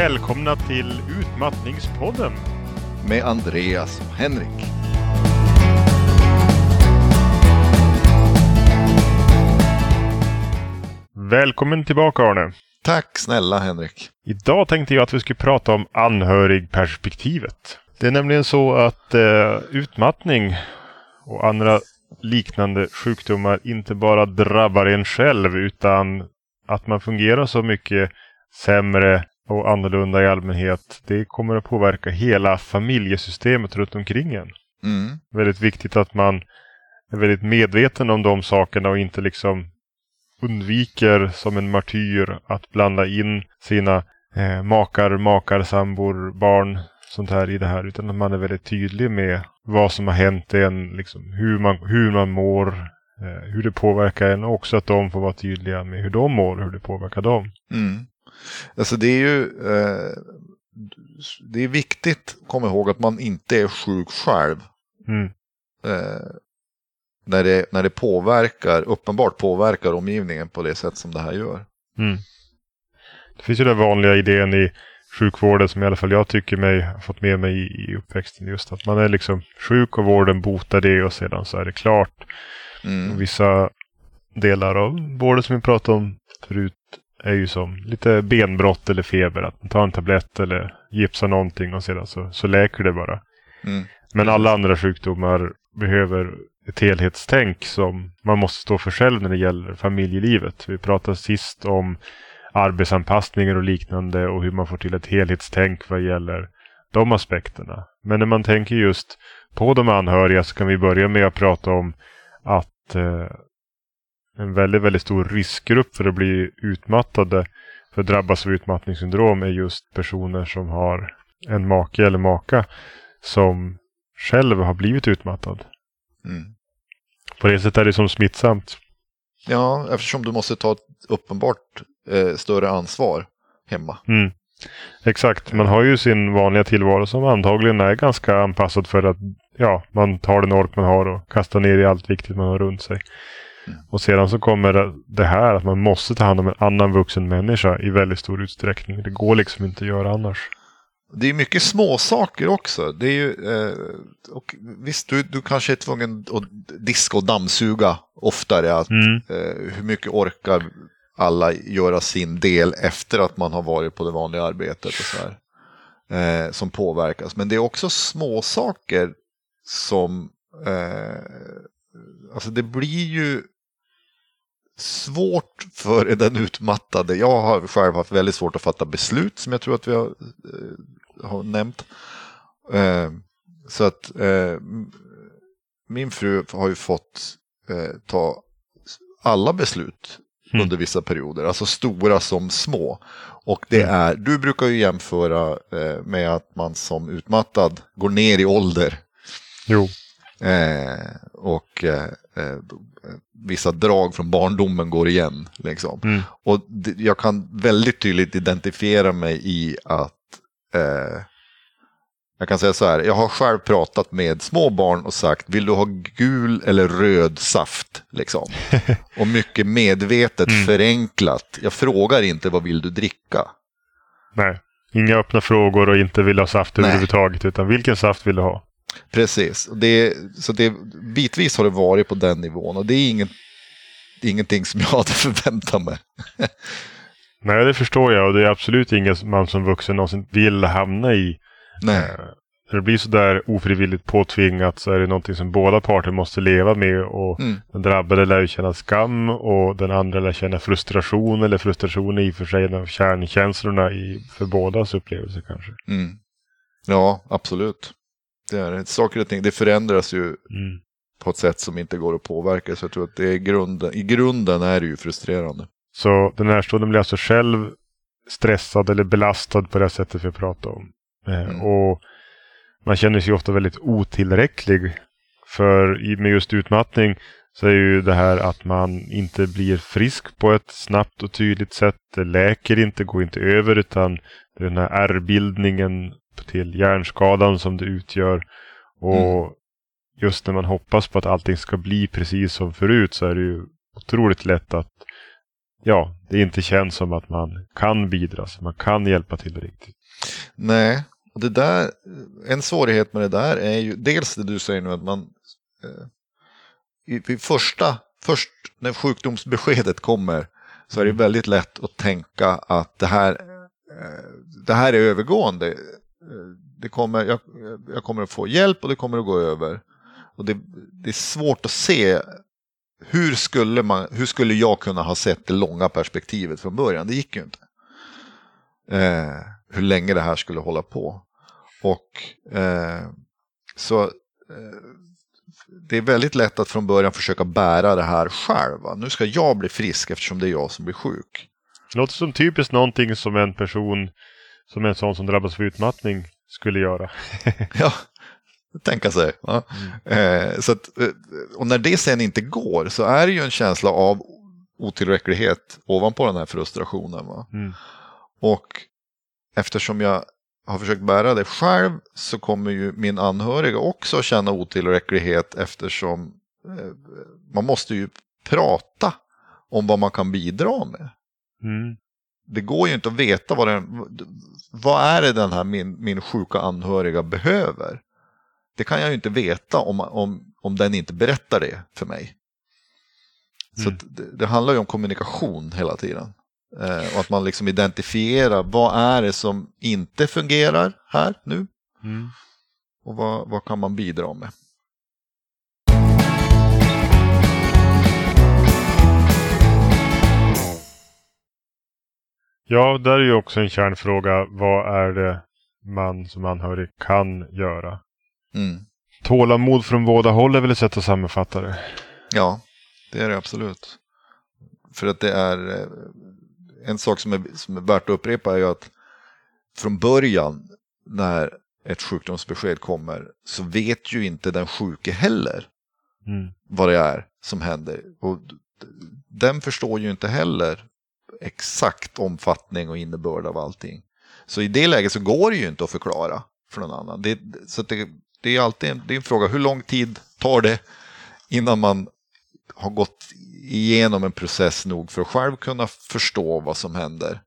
Välkomna till Utmattningspodden med Andreas och Henrik. Välkommen tillbaka, Arne. Tack snälla Henrik. Idag tänkte jag att vi skulle prata om anhörigperspektivet. Det är nämligen så att utmattning och andra liknande sjukdomar inte bara drabbar en själv, utan att man fungerar så mycket sämre och annorlunda i allmänhet, det kommer att påverka hela familjesystemet runt omkring en. Väldigt viktigt att man är väldigt medveten om de sakerna och inte liksom undviker som en martyr att blanda in sina makar, sambor, barn, sånt här i det här, utan att man är väldigt tydlig med vad som har hänt en, liksom, hur man mår, hur det påverkar en, och också att de får vara tydliga med hur de mår och hur det påverkar dem. Alltså det är ju det är viktigt att komma ihåg att man inte är sjuk själv. När det uppenbart påverkar omgivningen på det sätt som det här gör. Det finns ju den vanliga idén i sjukvården som i alla fall jag tycker mig har fått med mig i uppväxten, just att man är liksom sjuk och vården botar det och sedan så är det klart. Och vissa delar av vården som vi pratade om förut är ju som lite benbrott eller feber, att man tar en tablett eller gipsar någonting och sedan så läker det bara. Men alla andra sjukdomar behöver ett helhetstänk som man måste stå för själv när det gäller familjelivet. Vi pratade sist om arbetsanpassningar och liknande och hur man får till ett helhetstänk vad gäller de aspekterna. Men när man tänker just på de anhöriga så kan vi börja med att prata om att en väldigt, väldigt stor riskgrupp för att bli utmattade, för att drabbas av utmattningssyndrom, är just personer som har en make eller maka som själv har blivit utmattad. På det sättet är det som smittsamt. Ja, eftersom du måste ta ett uppenbart större ansvar hemma. Exakt, man har ju sin vanliga tillvaro som antagligen är ganska anpassad för att man tar den ork man har och kastar ner i allt viktigt man har runt sig. Och sedan så kommer det här att man måste ta hand om en annan vuxen människa i väldigt stor utsträckning. Det går liksom inte att göra annars. Det är mycket små saker också. Det är ju, och visst, du kanske är tvungen att diska och dammsuga oftare. Hur mycket orkar alla göra sin del efter att man har varit på det vanliga arbetet och så här, som påverkas. Men det är också små saker som alltså det blir ju svårt för den utmattade. Jag har själv haft väldigt svårt att fatta beslut, som jag tror att vi har nämnt. Så att min fru har ju fått ta alla beslut under vissa perioder, alltså stora som små. Och det är, du brukar ju jämföra med att man som utmattad går ner i ålder. Jo. Och vissa drag från barndomen går igen liksom. Och jag kan väldigt tydligt identifiera mig i att jag kan säga så här, jag har själv pratat med små barn och sagt, vill du ha gul eller röd saft liksom? Och mycket medvetet förenklat, jag frågar inte vad vill du dricka. Nej, inga öppna frågor och inte vill ha saft överhuvudtaget, utan vilken saft vill du ha? Precis, så bitvis har det varit på den nivån, och det är ingenting som jag hade förväntat mig. Nej, det förstår jag, och det är absolut inget man som vuxen någonsin vill hamna i. Nej. När det blir så där ofrivilligt påtvingat så är det någonting som båda parter måste leva med, och den drabbade lär ju känna skam och den andra lär känna frustration, eller frustration är i och för sig en av kärnkänslorna för bådas upplevelse kanske. Ja, absolut. Det är saker och ting, det förändras ju på ett sätt som inte går att påverka, så jag tror att det är i grunden är det ju frustrerande. Så den närstående blir alltså själv stressad eller belastad på det sättet vi pratar om. Och man känner sig ofta väldigt otillräcklig, för med just utmattning så är ju det här att man inte blir frisk på ett snabbt och tydligt sätt. Det läker inte, går inte över, utan det är den här ärrbildningen till hjärnskadan som det utgör. Och just när man hoppas på att allting ska bli precis som förut, så är det ju otroligt lätt att det inte känns som att man kan bidra, så man kan hjälpa till riktigt. Nej, och det där, en svårighet med det där är ju dels det du säger nu, att man först när sjukdomsbeskedet kommer så är det väldigt lätt att tänka att det här är övergående. Jag kommer att få hjälp och det kommer att gå över. Och det är svårt att se hur skulle jag kunna ha sett det långa perspektivet från början. Det gick ju inte. Hur länge det här skulle hålla på. Och det är väldigt lätt att från början försöka bära det här själv. Va? Nu ska jag bli frisk eftersom det är jag som blir sjuk. Det låter som typiskt någonting som en person som en sån som drabbas av utmattning skulle göra. Ja, tänka sig. Ja. Och när det sen inte går så är det ju en känsla av otillräcklighet ovanpå den här frustrationen. Va? Mm. Och eftersom jag har försökt bära det själv så kommer ju min anhöriga också känna otillräcklighet, eftersom man måste ju prata om vad man kan bidra med. Mm. Det går ju inte att veta vad är det den här min sjuka anhöriga behöver. Det kan jag ju inte veta om den inte berättar det för mig. Så det handlar ju om kommunikation hela tiden. Och att man liksom identifierar vad är det som inte fungerar här nu. Mm. Och vad kan man bidra med. Ja, där är ju också en kärnfråga. Vad är det man som anhörig kan göra? Mm. Tålamod från båda håll är väl ett sätt att sammanfatta det. Ja, det är det absolut. För att det är en sak som är värt att upprepa är ju att från början när ett sjukdomsbesked kommer så vet ju inte den sjuke heller vad det är som händer. Och den förstår ju inte heller exakt omfattning och innebörd av allting. Så i det läget så går det ju inte att förklara för någon annan. Det är alltid en fråga, hur lång tid tar det innan man har gått igenom en process nog för att själv kunna förstå vad som händer.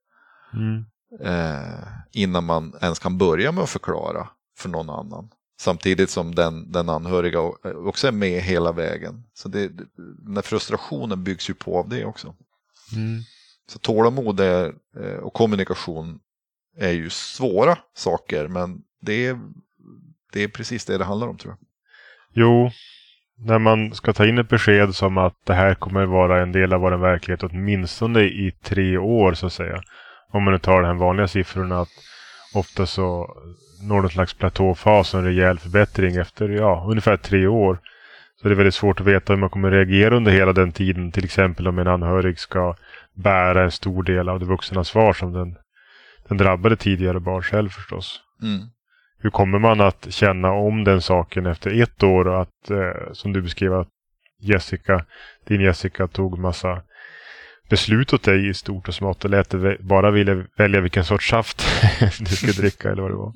Innan man ens kan börja med att förklara för någon annan. Samtidigt som den anhöriga också är med hela vägen. Så den här frustrationen byggs ju på av det också. Så tålamod och kommunikation är ju svåra saker, men det är precis det handlar om, tror jag. Jo, när man ska ta in ett besked som att det här kommer vara en del av vår verklighet åtminstone i 3 år, så att säga. Om man nu tar de här vanliga siffrorna, att ofta så når någon slags platåfas och en rejäl förbättring efter ungefär 3 år. Så det är väldigt svårt att veta hur man kommer reagera under hela den tiden. Till exempel om en anhörig ska bära en stor del av det vuxenansvar som den drabbade tidigare bar själv förstås. Hur kommer man att känna om den saken efter 1 år, och att, som du beskrev, att din Jessica tog massa beslut åt dig i stort och smått och bara ville välja vilken sorts saft du skulle dricka eller vad det var.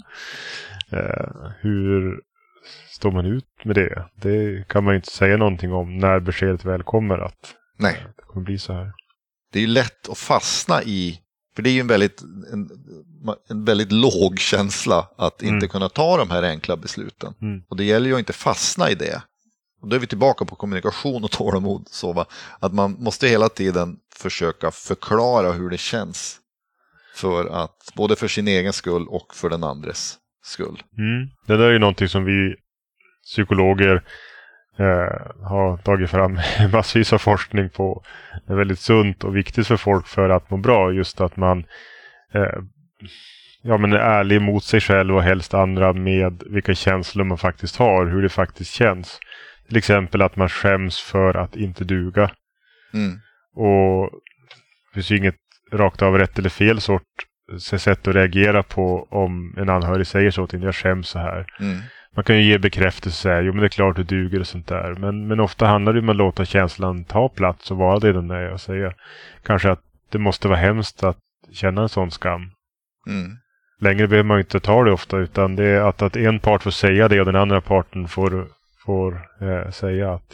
Hur står man ut med det? Det kan man ju inte säga någonting om när beskedet väl kommer att det kommer bli så här. Det är ju lätt att fastna i, för det är ju en väldigt låg känsla att inte kunna ta de här enkla besluten. Och det gäller ju att inte fastna i det. Och då är vi tillbaka på kommunikation och tålamod. Att man måste hela tiden försöka förklara hur det känns. Både för sin egen skull och för den andres skull. Det där är ju någonting som vi psykologer har tagit fram massvis av forskning på. Det är väldigt sunt och viktigt för folk för att må bra. Just att man är ärlig mot sig själv och helst andra med vilka känslor man faktiskt har. Hur det faktiskt känns. Till exempel att man skäms för att inte duga. Och det finns ju inget rakt av rätt eller fel sätt att reagera på om en anhörig säger så till en. Jag skäms så här. Man kan ju ge bekräftelse och säga, jo men det är klart du duger och sånt där. Men ofta handlar det om att låta känslan ta plats och vara det den är och säga. Kanske att det måste vara hemskt att känna en sån skam. Längre behöver man inte ta det ofta, utan det är att en part får säga det och den andra parten får säga att jo,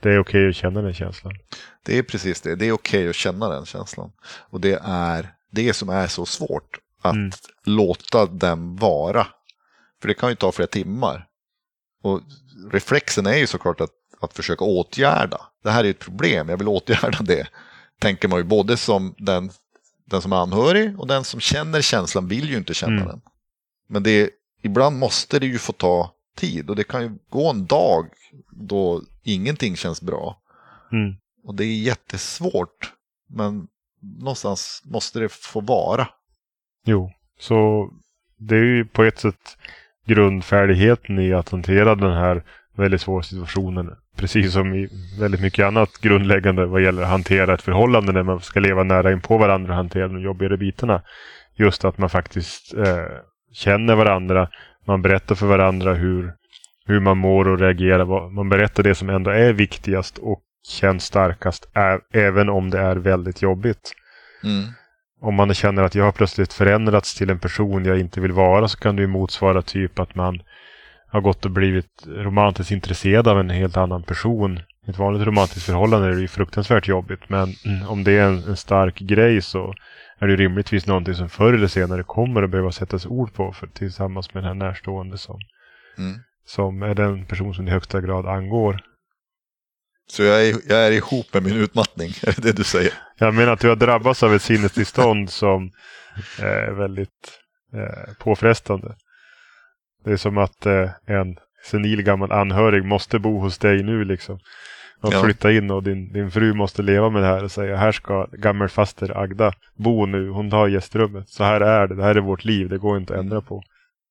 det är okej att känna den känslan. Det är precis det. Det är okej att känna den känslan. Och det är det som är så svårt. Att låta den vara. För det kan ju ta flera timmar. Och reflexen är ju såklart att försöka åtgärda. Det här är ett problem, jag vill åtgärda det. Tänker man ju både som den som är anhörig och den som känner känslan vill ju inte känna den. Men ibland måste det ju få ta tid. Och det kan ju gå en dag då ingenting känns bra. Och det är jättesvårt. Men någonstans måste det få vara. Jo, så det är ju på ett sätt grundfärdigheten i att hantera den här väldigt svåra situationen. Precis som i väldigt mycket annat grundläggande vad gäller att hantera ett förhållande när man ska leva nära in på varandra och hantera de jobbigare bitarna. Just att man faktiskt känner varandra, man berättar för varandra hur man mår och reagerar. Man berättar det som ändå är viktigast och känns starkast även om det är väldigt jobbigt. Om man känner att jag har plötsligt förändrats till en person jag inte vill vara, så kan det ju motsvara typ att man har gått och blivit romantiskt intresserad av en helt annan person. I ett vanligt romantiskt förhållande är det ju fruktansvärt jobbigt, men om det är en stark grej så är det rimligtvis någonting som förr eller senare kommer att behöva sättas ord på tillsammans med den här närstående som är den person som i högsta grad angår. Så jag är ihop med min utmattning, är det du säger? Jag menar att du har drabbats av ett sinnestillstånd som är väldigt påfrestande. Det är som att en senil gammal anhörig måste bo hos dig nu liksom. Och flytta in och din fru måste leva med det här och säga här ska gammelfaster Agda bo nu. Hon tar gästrummet. Så här är det. Det här är vårt liv. Det går inte att ändra på.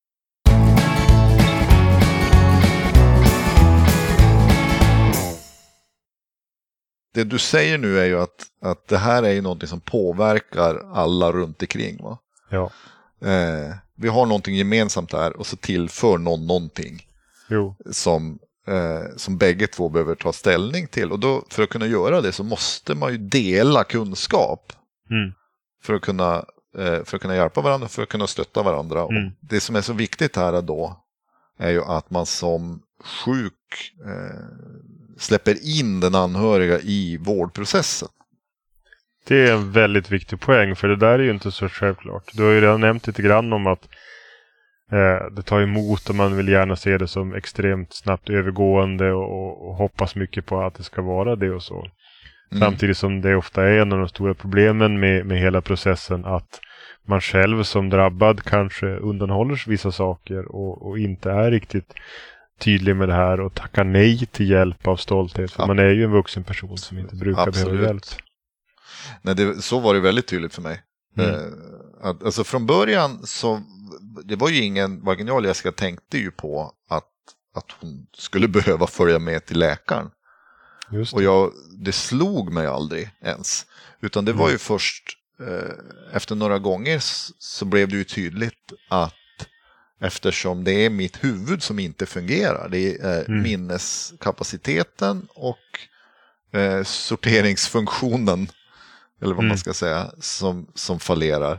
Det du säger nu är ju att det här är ju någonting som påverkar alla runt omkring, va? Ja. Vi har någonting gemensamt här och så tillför någonting. Jo. Som bägge två behöver ta ställning till. Och då, för att kunna göra det så måste man ju dela kunskap. För att kunna hjälpa varandra, för att kunna stötta varandra. Och det som är så viktigt här då är ju att man som sjuk släpper in den anhöriga i vårdprocessen. Det är en väldigt viktig poäng, för det där är ju inte så självklart. Du har ju redan nämnt lite grann om att det tar emot och man vill gärna se det som extremt snabbt övergående och hoppas mycket på att det ska vara det och så. Samtidigt som det ofta är en av de stora problemen med hela processen att man själv som drabbad kanske undanhåller vissa saker och inte är riktigt tydlig med det här och tackar nej till hjälp av stolthet. För man är ju en vuxen person som inte brukar behöva hjälp. Nej, så var det väldigt tydligt för mig. Alltså från början så det var ju varken jag eller Jessica tänkte ju på att hon skulle behöva följa med till läkaren. Just det. Och det slog mig aldrig ens. Utan det var ju först efter några gånger så blev det ju tydligt att eftersom det är mitt huvud som inte fungerar, det är minneskapaciteten och sorteringsfunktionen eller vad man ska säga som fallerar.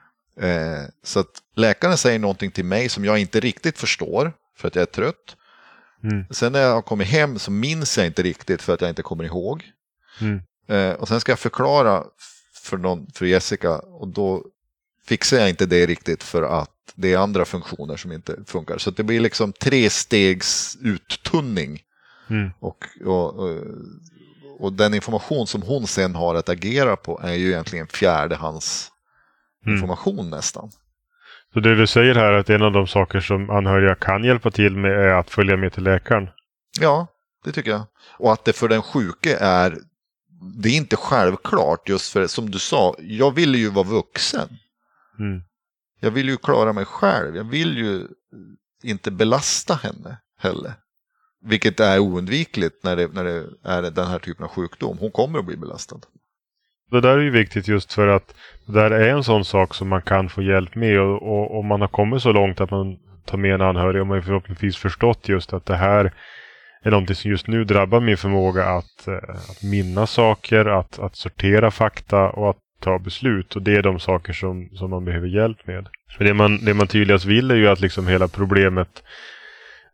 Så att läkaren säger någonting till mig som jag inte riktigt förstår för att jag är trött. Sen när jag kommer hem så minns jag inte riktigt för att jag inte kommer ihåg. Och sen ska jag förklara för Jessica och då fixar jag inte det riktigt för att det är andra funktioner som inte funkar. Så det blir liksom 3 stegs uttunning. Och den information som hon sen har att agera på är ju egentligen fjärdehands information nästan. Så det du säger här är att en av de saker som anhöriga kan hjälpa till med är att följa med till läkaren? Ja, det tycker jag. Och att det för den sjuke det är inte självklart just för, som du sa, jag vill ju vara vuxen. Jag vill ju klara mig själv. Jag vill ju inte belasta henne heller. Vilket är oundvikligt när det är den här typen av sjukdom. Hon kommer att bli belastad. Det där är ju viktigt just för att det där är en sån sak som man kan få hjälp med. Och om man har kommit så långt att man tar med en anhörig och man har förhoppningsvis förstått just att det här är någonting som just nu drabbar min förmåga att minnas saker, att sortera fakta och att ta beslut. Och det är de saker som man behöver hjälp med. För det man tydligast vill är ju att liksom hela problemet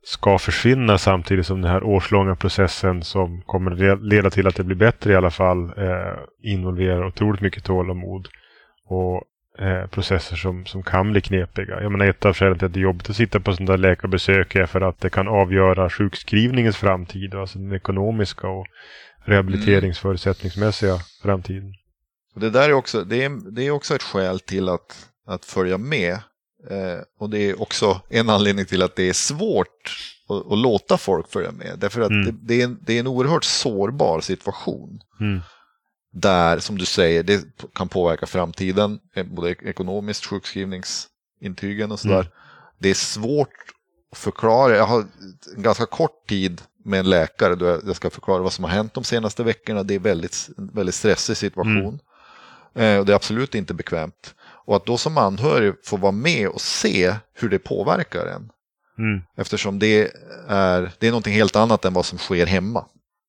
ska försvinna samtidigt som den här årslånga processen som kommer leda till att det blir bättre i alla fall involverar otroligt mycket tålamod och processer som kan bli knepiga. Jag menar, ett av skälen till att det är jobbigt att sitta på sådana där läkarbesök är för att det kan avgöra sjukskrivningens framtid, alltså den ekonomiska och rehabiliteringsförutsättningsmässiga framtiden. Och det där är också, det är också ett skäl till att följa med. Och det är också en anledning till att det är svårt att låta folk följa med. Därför att det är en oerhört sårbar situation. Där, som du säger, det kan påverka framtiden. Både ekonomiskt, sjukskrivningsintygen och sådär. Det är svårt att förklara. Jag har en ganska kort tid med en läkare då jag ska förklara vad som har hänt de senaste veckorna. Det är en väldigt stressig situation. Och det är absolut inte bekvämt. Och att då som anhörig få vara med och se hur det påverkar en. Eftersom det är någonting helt annat än vad som sker hemma.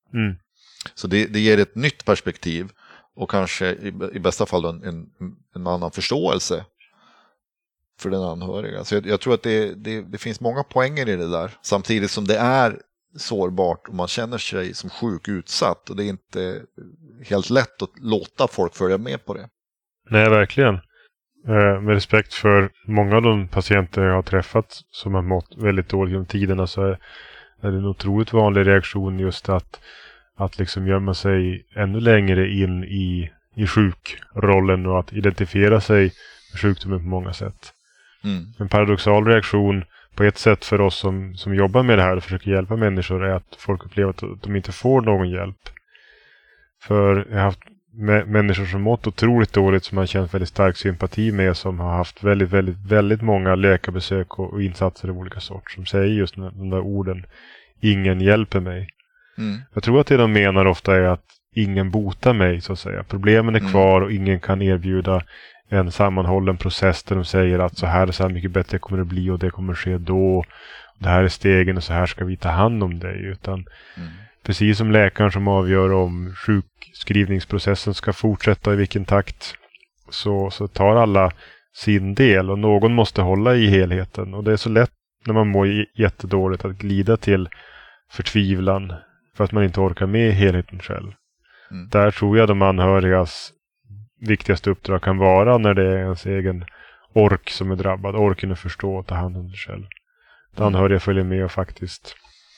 Så det ger ett nytt perspektiv. Och kanske i bästa fall en annan förståelse för den anhöriga. Så jag tror att det finns många poänger i det där. Samtidigt som det är sårbart och man känner sig som sjuk utsatt. Och det är inte helt lätt att låta folk följa med på det. Nej, verkligen. Med respekt för många av de patienter jag har träffat som har mått väldigt dåligt genom tiderna, så är det en otroligt vanlig reaktion just att liksom gömma sig ännu längre in i sjukrollen och att identifiera sig med sjukdomen på många sätt. En paradoxal reaktion på ett sätt för oss som jobbar med det här och försöker hjälpa människor är att folk upplever att de inte får någon hjälp. För jag har haft människor som mått otroligt dåligt som har känt väldigt stark sympati med, som har haft väldigt, väldigt, väldigt många läkarbesök och insatser av olika sorter, som säger just de där orden: ingen hjälper mig. Jag tror att det de menar ofta är att ingen botar mig, så att säga. Problemen är kvar och ingen kan erbjuda en sammanhållen process där de säger att så här mycket bättre kommer det bli och det kommer ske då. Det här är stegen och så här ska vi ta hand om dig. Utan precis som läkaren som avgör om sjukskrivningsprocessen ska fortsätta i vilken takt, så tar alla sin del och någon måste hålla i helheten. Och det är så lätt när man mår jättedåligt att glida till förtvivlan för att man inte orkar med helheten själv. Där tror jag de anhörigas viktigaste uppdrag kan vara när det är ens egen ork som är drabbad. Orken att förstå och ta hand om det själv. De anhöriga följer med och faktiskt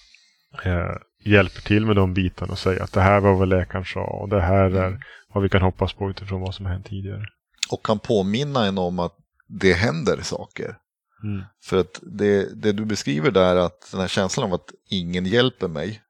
hjälper till med de bitarna och säger att det här var vad läkaren sa och det här är vad vi kan hoppas på utifrån vad som har hänt tidigare. Och kan påminna en om att det händer saker. För att det du beskriver där, att den här känslan av att ingen hjälper mig,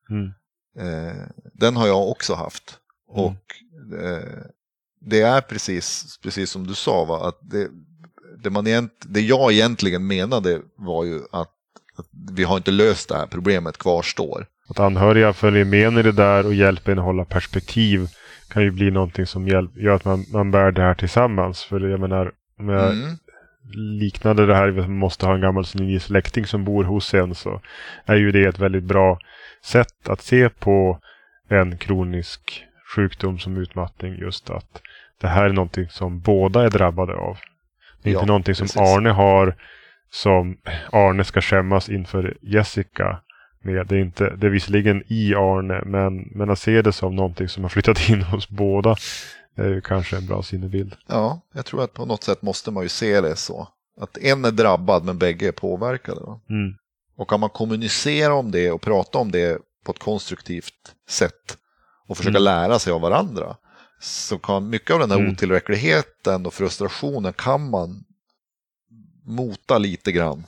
den har jag också haft. Och det är precis som du sa, va? Att det jag egentligen menade var ju att vi har inte löst det här, problemet kvarstår. Att anhöriga följer med i det där och hjälper en att hålla perspektiv kan ju bli någonting som gör att man bär det här tillsammans. För jag menar, om jag liknade det här, vi måste ha en gammal senil släkting som bor hos en, så är ju det ett väldigt bra sätt att se på en kronisk sjukdom som utmattning, just att det här är någonting som båda är drabbade av. Det är inte någonting som Arne har som Arne ska skämmas inför Jessica med. Det är visserligen i Arne, men att se det som någonting som har flyttat in hos båda är ju kanske en bra sinnebild. Ja, jag tror att på något sätt måste man ju se det så. Att en är drabbad men bägge är påverkade. Och kan man kommunicera om det och prata om det på ett konstruktivt sätt och försöka lära sig av varandra, så kan mycket av den här otillräckligheten och frustrationen kan man mota lite grann.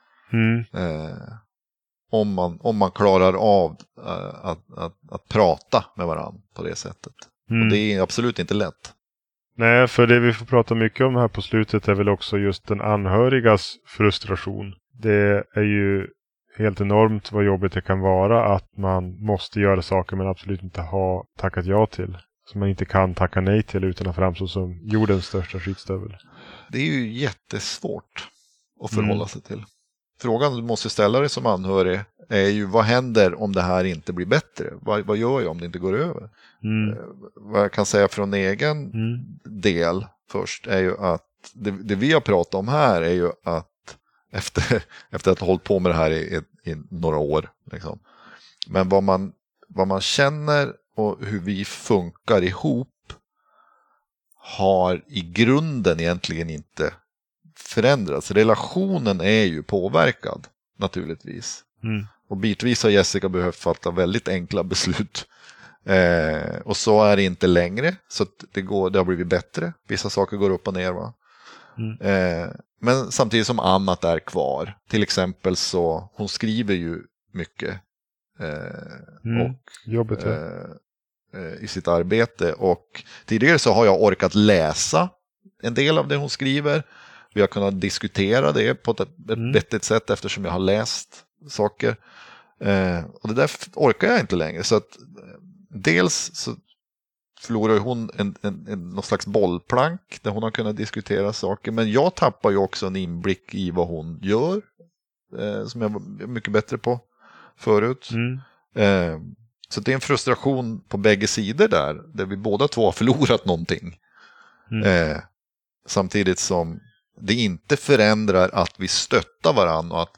Om man klarar av att prata med varandra på det sättet. Och det är absolut inte lätt. Nej, för det vi får prata mycket om här på slutet är väl också just den anhörigas frustration. Det är ju helt enormt vad jobbigt det kan vara att man måste göra saker man absolut inte har tackat ja till. Som man inte kan tacka nej till utan att framstå som jordens största skitstövel. Det är ju jättesvårt att förhålla sig till. Frågan du måste ställa dig som anhörig är ju: vad händer om det här inte blir bättre? Vad gör jag om det inte går över? Vad jag kan säga från egen del först är ju att det vi har pratat om här är ju att efter att ha hållit på med det här i i några år. Liksom. Men vad man känner och hur vi funkar ihop har i grunden egentligen inte förändrats. Relationen är ju påverkad naturligtvis. Och bitvis har Jessica behövt fatta väldigt enkla beslut. Och så är det inte längre. Så att det har blivit bättre. Vissa saker går upp och ner, va? Men samtidigt som annat är kvar. Till exempel så hon skriver ju mycket. Jobbet, i sitt arbete. Och tidigare så har jag orkat läsa en del av det hon skriver. Vi har kunnat diskutera det på ett vettigt sätt eftersom jag har läst saker. Och det där orkar jag inte längre. Så att dels så förlorar hon någon slags bollplank där hon har kunnat diskutera saker. Men jag tappar ju också en inblick i vad hon gör. Som jag var mycket bättre på förut. Så det är en frustration på bägge sidor där vi båda två har förlorat någonting. Samtidigt som det inte förändrar att vi stöttar varandra och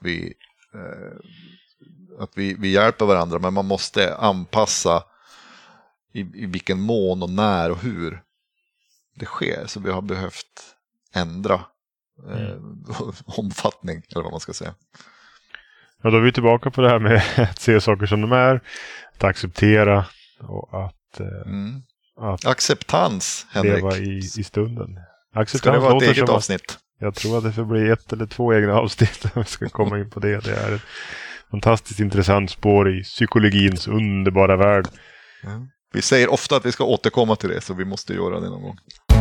att vi hjälper varandra. Men man måste anpassa i vilken mån och när och hur det sker. Så vi har behövt ändra omfattning, eller vad man ska säga. Ja, då är vi tillbaka på det här med att se saker som de är, att acceptera och att acceptans, Henrik. Leva i stunden. Acceptans. Ska det vara ett eget avsnitt? Jag tror att det får bli 1 eller 2 egna avsnitt om vi ska komma in på det. Det är ett fantastiskt intressant spår i psykologins underbara värld. Vi säger ofta att vi ska återkomma till det, så vi måste göra det någon gång.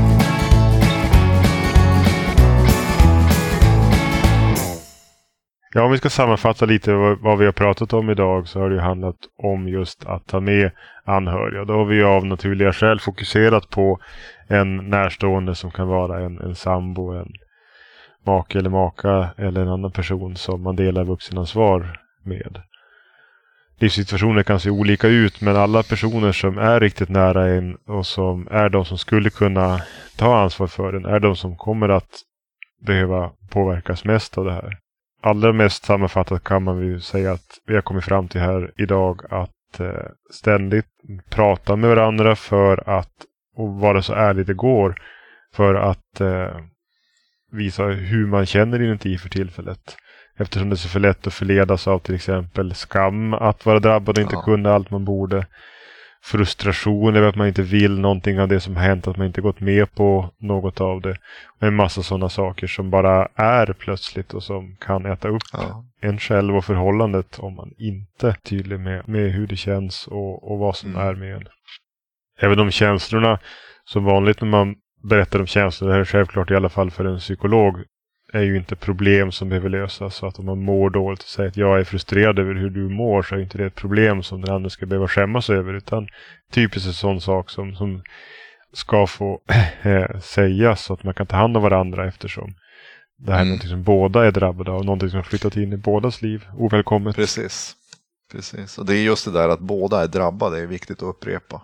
Ja, om vi ska sammanfatta lite vad vi har pratat om idag, så har det ju handlat om just att ta med anhöriga. Då har vi av naturliga skäl fokuserat på en närstående som kan vara en sambo, en make eller maka eller en annan person som man delar vuxenansvar med. Livssituationer kan se olika ut, men alla personer som är riktigt nära en och som är de som skulle kunna ta ansvar för den är de som kommer att behöva påverkas mest av det här. Allra mest sammanfattat kan man ju säga att vi har kommit fram till här idag att ständigt prata med varandra för att, och vara så ärlig det går, för att visa hur man känner inuti för tillfället. Eftersom det är så för lätt att förledas av till exempel skam att vara drabbad och inte kunna allt man borde. Frustration över att man inte vill någonting av det som har hänt, att man inte gått med på något av det. En massa sådana saker som bara är plötsligt och som kan äta upp en själv och förhållandet om man inte är tydlig med hur det känns och vad som är med en. Även de känslorna, som vanligt när man berättar om känslor, det här är självklart i alla fall för en psykolog, är ju inte problem som behöver lösas. Så att om man mår dåligt och säger att jag är frustrerad över hur du mår, så är inte det ett problem som den andra ska behöva skämmas över, utan typiskt en sån sak som ska få sägas så att man kan ta hand om varandra, eftersom det här är något som båda är drabbade av, någonting som har flyttat in i bådas liv, ovälkommet. Precis. Och det är just det där att båda är drabbade, är viktigt att upprepa.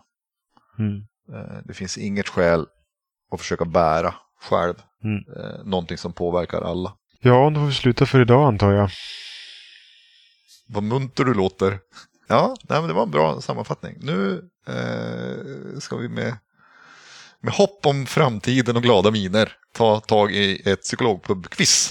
Det finns inget skäl att försöka bära själv. Någonting som påverkar alla. Ja, då får vi sluta för idag, antar jag. Vad munter du låter. Ja, men det var en bra sammanfattning. Nu ska vi med hopp om framtiden och glada miner ta tag i ett psykologpub-quiz.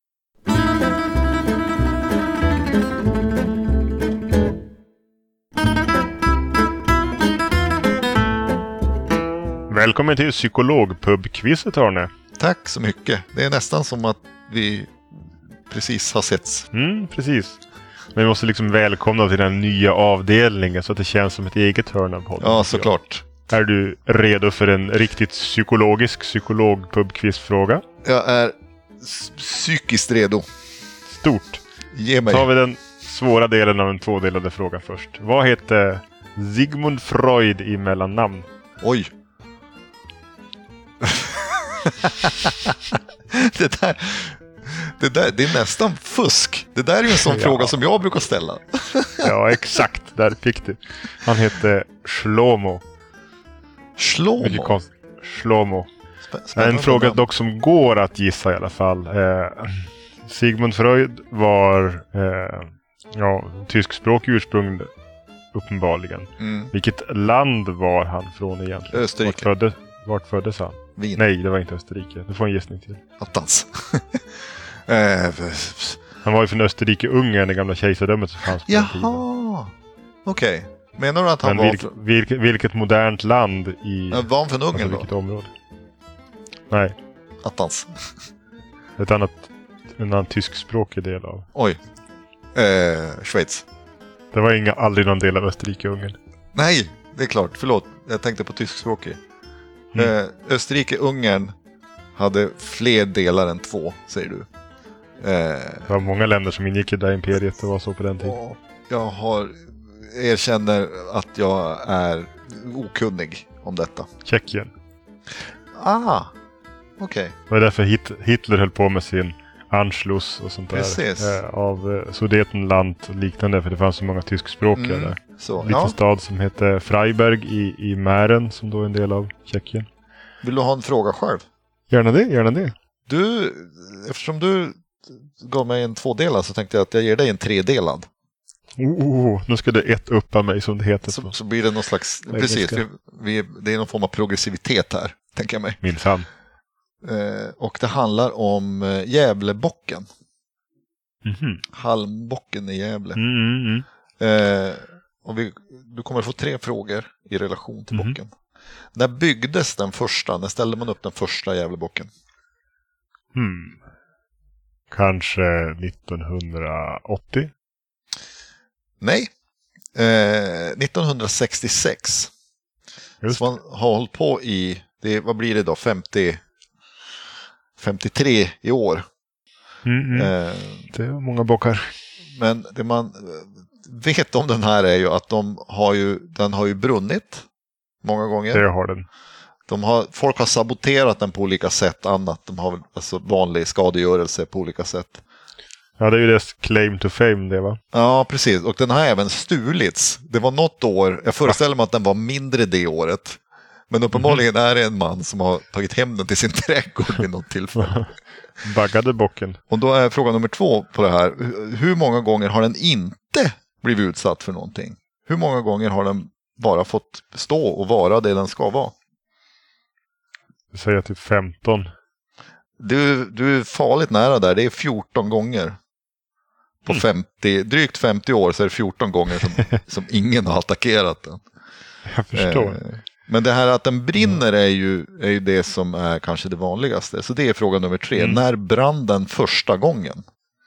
Välkommen till psykologpub-quizet, Arne. Tack så mycket. Det är nästan som att vi precis har setts. Precis. Men vi måste liksom välkomna till den nya avdelningen så att det känns som ett eget hörn av podden. Ja, såklart. Är du redo för en riktigt psykologisk psykologpub-quizfråga? Jag är psykiskt redo. Stort. Ge mig. Så har vi den svåra delen av en tvådelade fråga först. Vad heter Sigmund Freud i mellannamn? Oj. det är nästan fusk. Det där är ju en sån fråga som jag brukar ställa. Ja, exakt. Där fick du. Han hette Shlomo. Shlomo. En fråga dock som går att gissa i alla fall. Sigmund Freud var Ja, tyskspråkig ursprung uppenbarligen. Vilket land var han från egentligen? Österrike. Vart föddes han? Wien. Nej, det var inte Österrike. Det får en gissning till. Attans. Han var ju från Österrike-Ungern, det gamla kejsardömet som fanns på den tiden. Jaha, okej. Menar du att han Men var... vilket modernt land i... Var han från Ungern vilket då? område? Nej, Attans. en annan tyskspråkig del av. Oj. Schweiz. Det var aldrig någon del av Österrike-Ungern. Nej, det är klart. Förlåt, jag tänkte på tyskspråkig. Österrike-Ungern hade fler delar än 2, säger du. Det var många länder som ingick i det imperiet. Det var så på den tiden. Jag erkänner att jag är okunnig om detta. Tjeckien. Okej. Det var därför Hitler höll på med sin Anschluss och sånt där. Precis. Av Sudetenland och liknande. För det fanns så många tyskspråkiga där. Så, en liten stad som heter Freiberg i Mähren, som då är en del av Tjeckien. Vill du ha en fråga själv? Gärna det. Eftersom du gav mig en 2-delad så tänkte jag att jag ger dig en 3-delad. Nu ska det ett uppa mig som det heter. Så blir det någon slags... Precis, det är någon form av progressivitet här, tänker jag mig. Minsann. Och det handlar om Gävlebocken. Mm-hmm. Halmbocken i Gävle. Och du kommer få 3 frågor i relation till bocken. När byggdes den första? När ställde man upp den första Gävlebocken? Kanske 1980? Nej. 1966. Just. Så man har hållit på i, vad blir det då? 53 i år. Det är många bockar. Men det man vet om den här är ju att den har ju brunnit många gånger. Det har den. Folk har saboterat den på olika sätt annat. De har alltså vanlig skadegörelse på olika sätt. Ja, det är ju dess claim to fame det, va? Ja, precis. Och den har även stulits. Det var något år, jag föreställer mig att den var mindre det året. Men uppenbarligen är det en man som har tagit hem den till sin trädgård vid något tillfälle. Baggade bocken. Och då är fråga nummer 2 på det här. Hur många gånger har den inte blivit utsatt för någonting? Hur många gånger har den bara fått stå och vara det den ska vara? Jag säger typ 15. Du är farligt nära där. Det är 14 gånger. På drygt 50 år så är det 14 gånger som ingen har attackerat den. Jag förstår. Men det här att den brinner är ju det som är kanske det vanligaste. Så det är fråga nummer 3. När brann den första gången?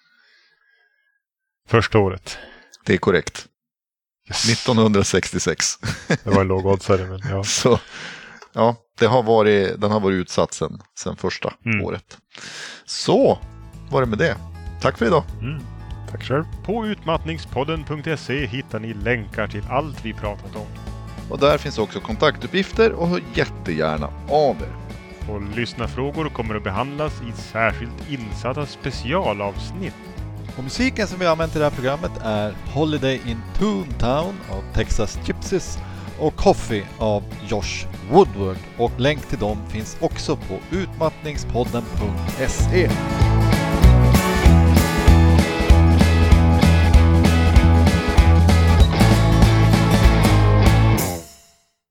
Första året. Det är korrekt. Yes. 1966. Det var en låg oddsare, men ja. Så, ja, den har varit utsatt sen första året. Så var det med det. Tack för idag. Tack själv. På utmattningspodden.se hittar ni länkar till allt vi pratat om. Och där finns också kontaktuppgifter och hör jättegärna av er. Och lyssnarfrågor kommer att behandlas i särskilt insatta specialavsnitt. Och musiken som vi använt i det här programmet är Holiday in Toontown av Texas Gypsies och Coffee av Josh Woodward. Och länk till dem finns också på utmattningspodden.se.